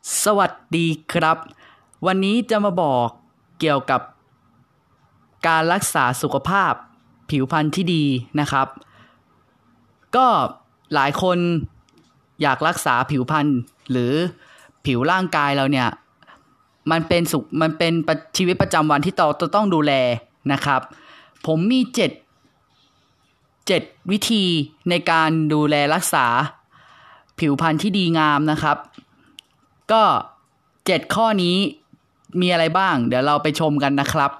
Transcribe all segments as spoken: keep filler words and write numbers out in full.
สวัสดีครับวันนี้จะมาบอกเกี่ยวกับการรักษาสุขภาพผิวพรรณที่ดีนะครับก็หลายคนอยากรักษาผิวพรรณหรือผิวร่างกายเราเนี่ยมันเป็นสุขมันเป็นชีวิตประจำวันที่เราต้องดูแลนะครับผมมีเจ็ดเจ็ดวิธีในการดูแลรักษาผิวพรรณที่ดีงามนะครับก็เจ็ดข้อนี้มีอะไรบ้างเดี๋ยวเราไปชมกันนะครับ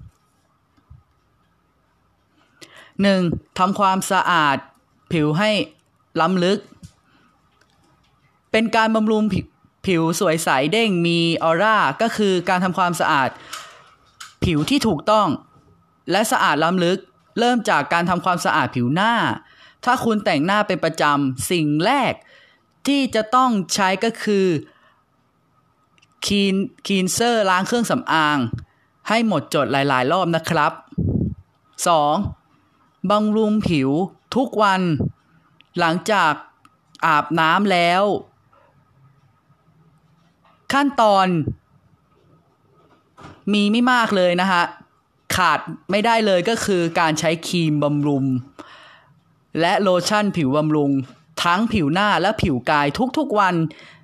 หนึ่งทำความสะอาดผิวให้ล้ำลึกเป็นการบำรุงผิวสวยใสเด้งมีออร่าก็คือการทำความสะอาดผิวที่ถูกต้องและสะอาดล้ำลึกเริ่มจากการทำความสะอาดผิวหน้าถ้าคุณแต่งหน้าเป็นประจำสิ่งแรกที่จะต้องใช้ก็คือคีนคีนเซอร์ล้างเครื่องสำอางให้หมดจดหลายๆรอบนะครับสองบำรุงผิวทุกวันหลังจากอาบน้ำแล้วขั้นตอนมีไม่มากเลยนะฮะขาดไม่ได้เลยก็คือการใช้ครีมบำรุงและโลชั่นผิวบำรุงทั้งผิวหน้าและผิวกายทุกๆวัน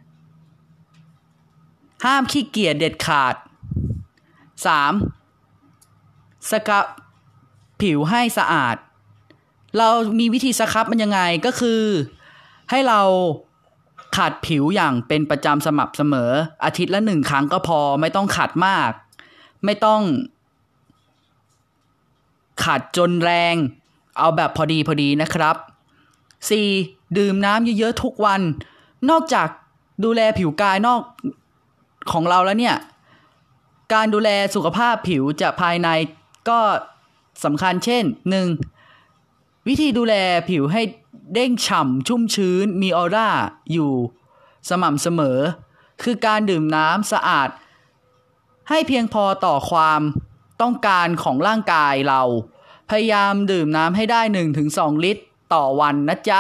ห้ามขี้เกียจเด็ดขาดสามสครับผิวให้สะอาดเรามีวิธีสครับมันยังไงก็คือให้เราขัดผิวอย่างเป็นประจำสม่ำเสมออาทิตย์ละหนึ่งครั้งก็พอไม่ต้องขัดมากไม่ต้องขัดจนแรงเอาแบบพอดีพอดีนะครับสี่ดื่มน้ำเยอะๆทุกวันนอกจากดูแลผิวกายนอกของเราแล้วเนี่ยการดูแลสุขภาพผิวจะภายในก็สำคัญเช่น หนึ่ง วิธีดูแลผิวให้เด้งฉ่ำชุ่มชื้นมีออร่าอยู่สม่ำเสมอคือการดื่มน้ำสะอาดให้เพียงพอต่อความต้องการของร่างกายเราพยายามดื่มน้ำให้ได้ หนึ่งถึงสอง ลิตรต่อวันนะจ๊ะ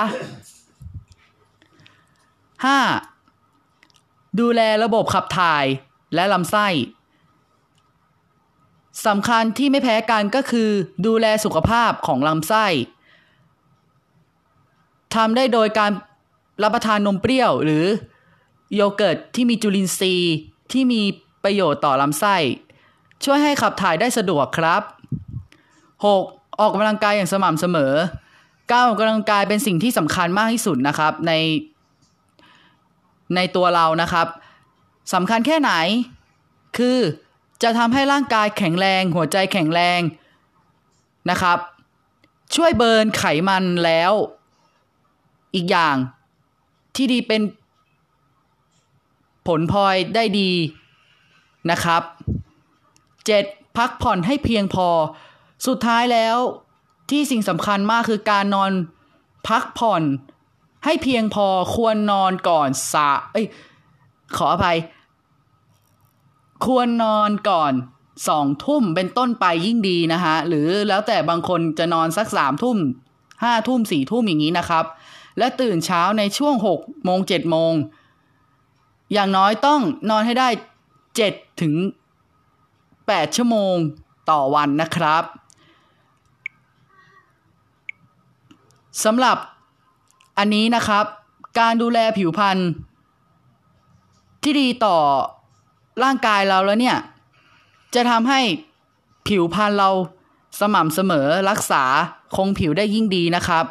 ห้าดูแลระบบขับถ่ายและลำไส้สำคัญที่ไม่แพ้กันก็คือดูแลสุขภาพของลำไส้ทำได้โดยการรับประทานนมเปรี้ยวหรือโยเกิร์ตที่มีจุลินทรีย์ที่มีประโยชน์ต่อลำไส้ช่วยให้ขับถ่ายได้สะดวกครับ หก ออกกำลังกายอย่างสม่ำเสมอการออกกำลังกายเป็นสิ่งที่สำคัญมากที่สุดนะครับในในตัวเรานะครับสำคัญแค่ไหนคือจะทำให้ร่างกายแข็งแรงหัวใจแข็งแรงนะครับช่วยเบิร์นไขมันแล้วอีกอย่างที่ดีเป็นผลพลอยได้ดีนะครับ เจ็ด พักผ่อนให้เพียงพอสุดท้ายแล้วที่สิ่งสำคัญมากคือการนอนพักผ่อนให้เพียงพอควรนอนก่อนสะเอ้ยขออภัยควรนอนก่อนสองทุ่มเป็นต้นไปยิ่งดีนะฮะหรือแล้วแต่บางคนจะนอนสักสามทุ่มห้าทุ่มสี่ทุ่มอย่างนี้นะครับและตื่นเช้าในช่วงหกโมงเจ็ดโมงอย่างน้อยต้องนอนให้ได้เจ็ดถึงแปดชั่วโมงต่อวันนะครับสำหรับอันนี้นะครับการดูแลผิวพรรณที่ดีต่อร่างกายเราแล้วเนี่ยจะทำให้ผิวพรรณเราสม่ำเสมอรักษาคงผิวได้ยิ่งดีนะครับ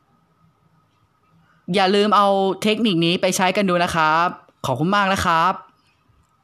อย่าลืมเอาเทคนิคนี้ไปใช้กันดูนะครับขอบคุณมากนะครับ